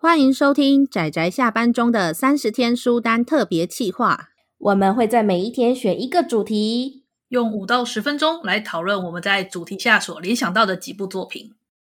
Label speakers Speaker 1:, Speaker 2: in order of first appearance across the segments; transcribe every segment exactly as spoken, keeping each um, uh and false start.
Speaker 1: 欢迎收听宅宅下班中的三十天书单特别企划。
Speaker 2: 我们会在每一天选一个主题，
Speaker 3: 用五到十分钟来讨论我们在主题下所联想到的几部作品。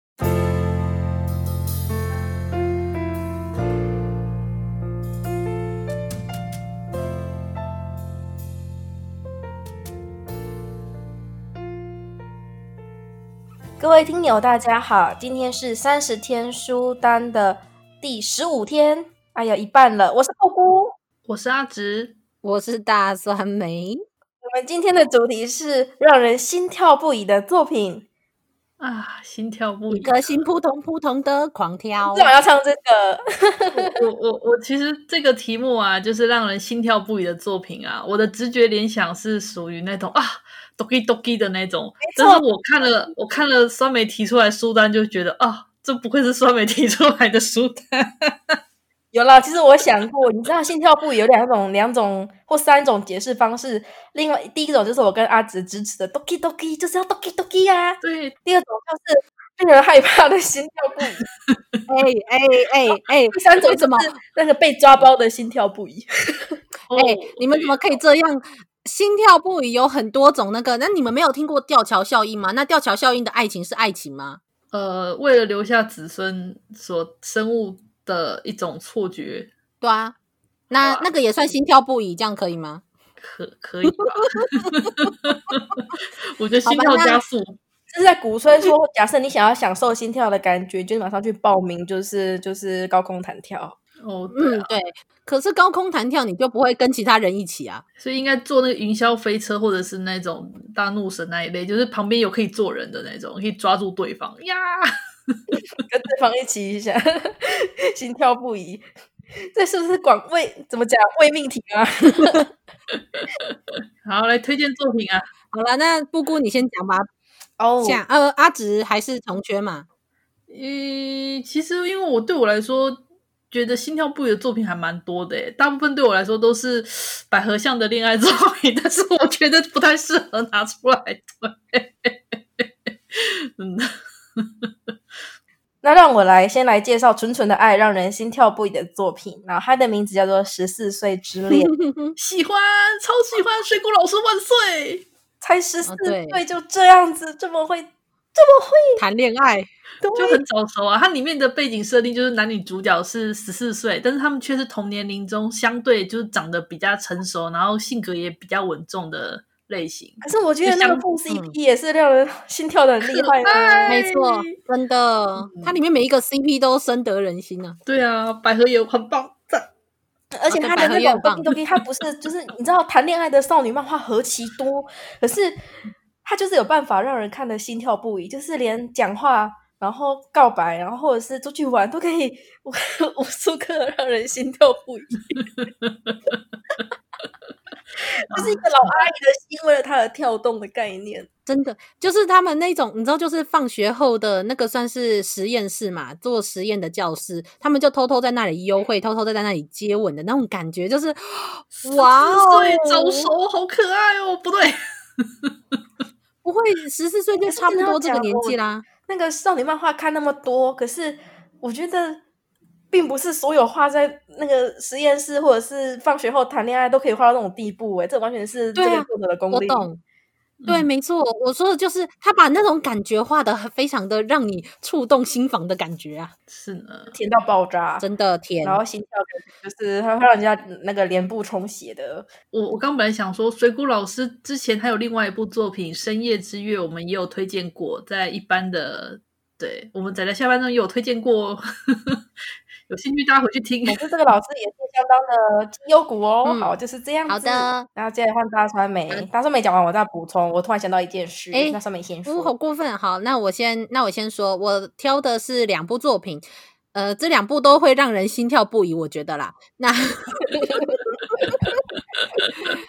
Speaker 2: 各位听友大家好，今天是三十天书单的第十五天，哎呀一半了，我是布姑，
Speaker 3: 我是阿直，
Speaker 1: 我是大酸梅。
Speaker 2: 我们今天的主题是让人心跳不已的作品
Speaker 3: 啊，心跳不已，
Speaker 1: 一个心扑通扑通的狂跳。
Speaker 2: 干嘛要唱这个？
Speaker 3: 我我我其实这个题目啊，就是让人心跳不已的作品啊，我的直觉联想是属于那种啊，doki doki 的那种。但是我看了我看了酸梅提出来书单，就觉得啊，这不愧是酸梅提出来的书单。
Speaker 2: 有啦，其实我想过，你知道心跳不已有两种、两种或三种解释方式。另外，第一种就是我跟阿直支持的 “doki doki”，就是要 “doki doki” 啊。
Speaker 3: 对。
Speaker 2: 第二种就是令人害怕的心跳不已。
Speaker 1: 哎哎哎哎，
Speaker 2: 第三种就是那个被抓包的心跳不已。
Speaker 1: 哎、欸，你们怎么可以这样？心跳不已有很多种，那个，那你们没有听过吊桥效应吗？那吊桥效应的爱情是爱情吗？
Speaker 3: 呃，为了留下子孙所生物的一种错觉。
Speaker 1: 对啊，那那个也算心跳不已，这样可以吗？
Speaker 3: 可可以吧？我觉得心跳加速
Speaker 2: 这是在鼓吹说，假设你想要享受心跳的感觉，就马上去报名，就是就是高空弹跳。
Speaker 3: 哦，对、啊、
Speaker 1: 嗯，对。可是高空弹跳，你就不会跟其他人一起啊，
Speaker 3: 所以应该坐那个云霄飞车，或者是那种大怒神那一类，就是旁边有可以坐人的那种，可以抓住对方呀，
Speaker 2: 跟对方一起一下，心跳不已。这是不是广为怎么讲为命题啊？
Speaker 3: 好，来推荐作品啊！
Speaker 1: 好了，那布姑你先讲吧。
Speaker 2: 哦、
Speaker 1: oh. 呃，阿直还是同学嘛？
Speaker 3: 嗯，其实因为我对我来说，觉得心跳不已的作品还蛮多的诶，大部分对我来说都是百合像的恋爱作品，但是我觉得不太适合拿出来对。真的。
Speaker 2: 那让我来先来介绍纯纯的爱让人心跳不已的作品，然后它的名字叫做《十四岁之恋》。
Speaker 3: 喜欢，超喜欢，水果老师万岁！
Speaker 2: 才十四岁就这样子、哦、这么会这么会
Speaker 1: 谈恋爱，
Speaker 3: 就很早熟啊。它里面的背景设定就是男女主角是十四岁，但是他们却是同年龄中相对就是长得比较成熟，然后性格也比较稳重的类型。
Speaker 2: 可是我觉得那个副 C P 也是让人心跳的很厉害的。
Speaker 1: 没错，真的，它里面每一个 C P 都深得人心啊。
Speaker 3: 对啊，百合也很棒，赞。
Speaker 2: 而且他的那种 doki doki， 他不是就是你知道谈恋爱的少女漫画何其多，可是他就是有办法让人看得心跳不已，就是连讲话然后告白然后或者是出去玩都可以无数个让人心跳不已。就是一个老阿姨的心为了她的跳动的概念。
Speaker 1: 真的就是他们那种你知道就是放学后的那个算是实验室嘛，做实验的教室，他们就偷偷在那里幽会，偷偷在那里接吻的那种感觉，就是哇哦，
Speaker 3: 十四岁早熟好可爱哦。不对，
Speaker 1: 不会十四岁就差不多这个年纪啦。
Speaker 2: 那个少女漫画看那么多，可是我觉得并不是所有画在那个实验室或者是放学后谈恋爱都可以画到那种地步诶，这完全是这个作者的功力。
Speaker 1: 我懂，对，没错，我说的就是他把那种感觉画得非常的让你触动心房的感觉啊。
Speaker 3: 是呢，
Speaker 2: 甜到爆炸，
Speaker 1: 真的甜，
Speaker 2: 然后心跳就是他会让人家那个脸部充血的。
Speaker 3: 我我刚本来想说水谷老师之前还有另外一部作品《深夜之月》，我们也有推荐过，在一般的对我们在在下班中也有推荐过。有兴趣大家回去听。
Speaker 2: 可是这个老师也是相当的绩优股哦、嗯、好，就是这样子。
Speaker 1: 好的，
Speaker 2: 然后接着换大川美、嗯、大川美讲完我再补充，我突然想到一件事。诶，大川美先说。
Speaker 1: 哦，好过分。好，那我先那我先说，我挑的是两部作品，呃，这两部都会让人心跳不已，我觉得啦。那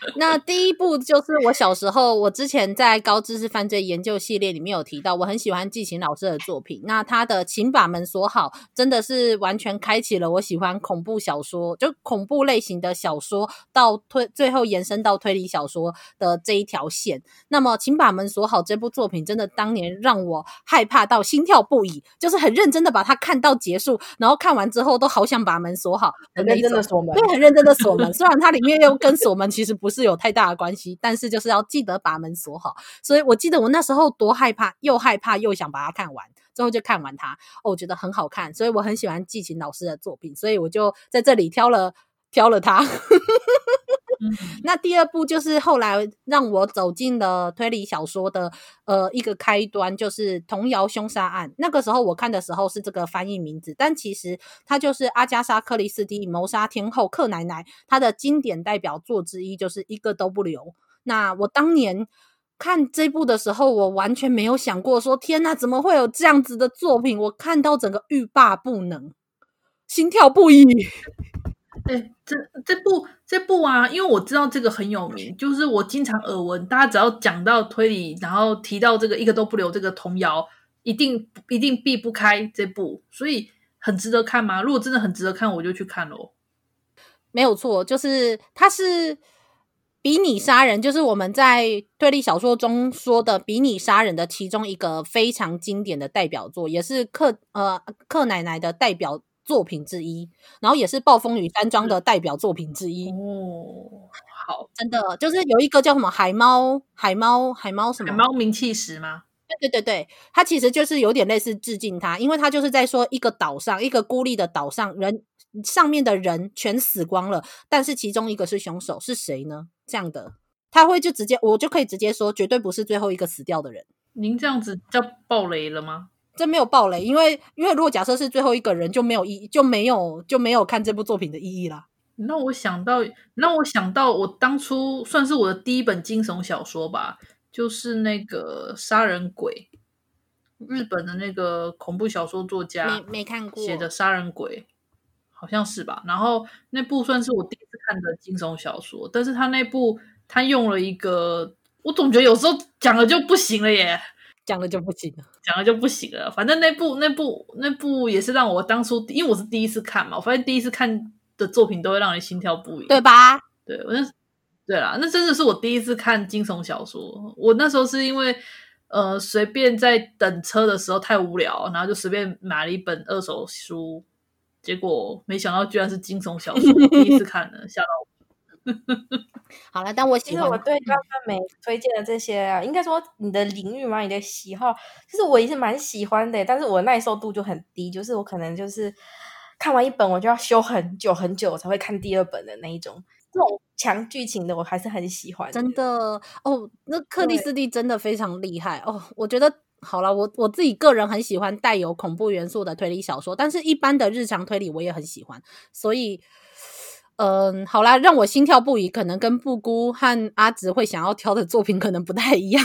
Speaker 1: 那第一部就是我小时候，我之前在高知识犯罪研究系列里面有提到，我很喜欢季芹老师的作品。那他的《请把门锁好》真的是完全开启了我喜欢恐怖小说，就恐怖类型的小说，到推最后延伸到推理小说的这一条线。那么《请把门锁好》这部作品真的当年让我害怕到心跳不已，就是很认真的把它看到结束，然后看完之后都好想把门锁好，
Speaker 2: 很认真的锁门，
Speaker 1: 对，很认真的锁门。虽然它里面又跟锁门其实不是有太大的关系，但是就是要记得把门锁好。所以我记得我那时候多害怕，又害怕又想把它看完，最后就看完它。哦，我觉得很好看，所以我很喜欢季芹老师的作品，所以我就在这里挑了挑了它。那第二部就是后来让我走进了推理小说的呃一个开端，就是童谣凶杀案。那个时候我看的时候是这个翻译名字，但其实它就是阿加莎克里斯蒂谋杀天后克奶奶她的经典代表作之一，就是一个都不留。那我当年看这部的时候，我完全没有想过说天哪，怎么会有这样子的作品，我看到整个欲罢不能，心跳不已。
Speaker 3: 欸，这这部这部啊，因为我知道这个很有名，就是我经常耳闻，大家只要讲到推理，然后提到这个一个都不留这个童谣，一定一定避不开这部，所以很值得看吗？如果真的很值得看，我就去看咯。
Speaker 1: 没有错，就是它是比拟杀人，就是我们在推理小说中说的比拟杀人的其中一个非常经典的代表作，也是克呃克奶奶的代表作品之一，然后也是暴风雨山庄的代表作品之一。
Speaker 3: 哦，好，
Speaker 1: 真的就是有一个叫什么海猫海猫海猫什么
Speaker 3: 海猫名气石吗？
Speaker 1: 对对对对，它其实就是有点类似致敬他，因为他就是在说一个岛上，一个孤立的岛上，人上面的人全死光了，但是其中一个是凶手，是谁呢？这样的，他会就直接，我就可以直接说，绝对不是最后一个死掉的人。
Speaker 3: 您这样子叫爆雷了吗？
Speaker 1: 这没有爆雷，因为因为如果假设是最后一个人，就没有意就没有就没有看这部作品的意义啦。
Speaker 3: 那我想到，那我想到，我当初算是我的第一本惊悚小说吧，就是那个杀人鬼，日本的那个恐怖小说作家
Speaker 1: 没没看过
Speaker 3: 写的杀人鬼，好像是吧。然后那部算是我第一次看的惊悚小说，但是他那部他用了一个，我总觉得有时候讲了就不行了耶。
Speaker 1: 讲了就不行了，
Speaker 3: 讲了就不行了。反正那部那部那部也是让我当初，因为我是第一次看嘛，我发现第一次看的作品都会让人心跳不已，
Speaker 1: 对吧？
Speaker 3: 对，我那对啦，那真的是我第一次看惊悚小说。我那时候是因为呃随便在等车的时候太无聊，然后就随便买了一本二手书，结果没想到居然是惊悚小说，第一次看了，吓到我。
Speaker 1: 好了，但我喜欢。
Speaker 2: 其实我对张善美推荐的这些啊，应该说你的领域嘛，你的喜好，其实我也是蛮喜欢的，但是我耐受度就很低，就是我可能就是看完一本我就要修很久很久才会看第二本的那一种。这种强剧情的我还是很喜欢的，
Speaker 1: 真的哦。那克里斯蒂真的非常厉害哦，我觉得。好了，我我自己个人很喜欢带有恐怖元素的推理小说，但是一般的日常推理我也很喜欢，所以嗯，好啦，让我心跳不已，可能跟布姑和阿直会想要挑的作品可能不太一样。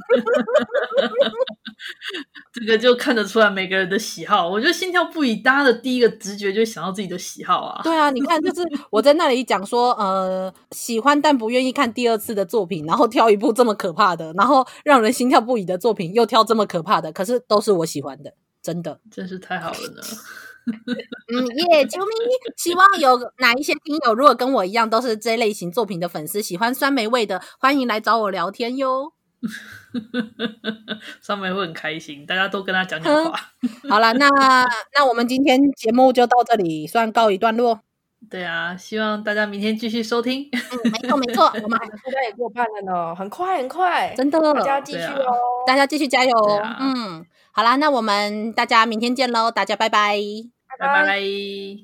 Speaker 3: 这个就看得出来每个人的喜好。我觉得心跳不已，大家的第一个直觉就想到自己的喜好啊。
Speaker 1: 对啊，你看，就是我在那里讲说，呃，喜欢但不愿意看第二次的作品，然后挑一部这么可怕的，然后让人心跳不已的作品，又挑这么可怕的，可是都是我喜欢的，真的，
Speaker 3: 真是太好了呢。
Speaker 1: 嗯耶，啾咪！希望有哪一些听友如果跟我一样都是这类型作品的粉丝，喜欢酸梅味的，欢迎来找我聊天哟。
Speaker 3: 酸梅会很开心，大家都跟他讲讲话。
Speaker 1: 好了，那那我们今天节目就到这里，算告一段落。
Speaker 3: 对啊，希望大家明天继续收听。
Speaker 1: 嗯，没错没错，我们
Speaker 2: 现在也过半了呢，很快很快，
Speaker 1: 真的，
Speaker 2: 大家继续哦，
Speaker 1: 大家继续加油哦。
Speaker 3: 啊、
Speaker 1: 嗯，好啦，那我们大家明天见喽，大家拜拜。
Speaker 3: 拜拜。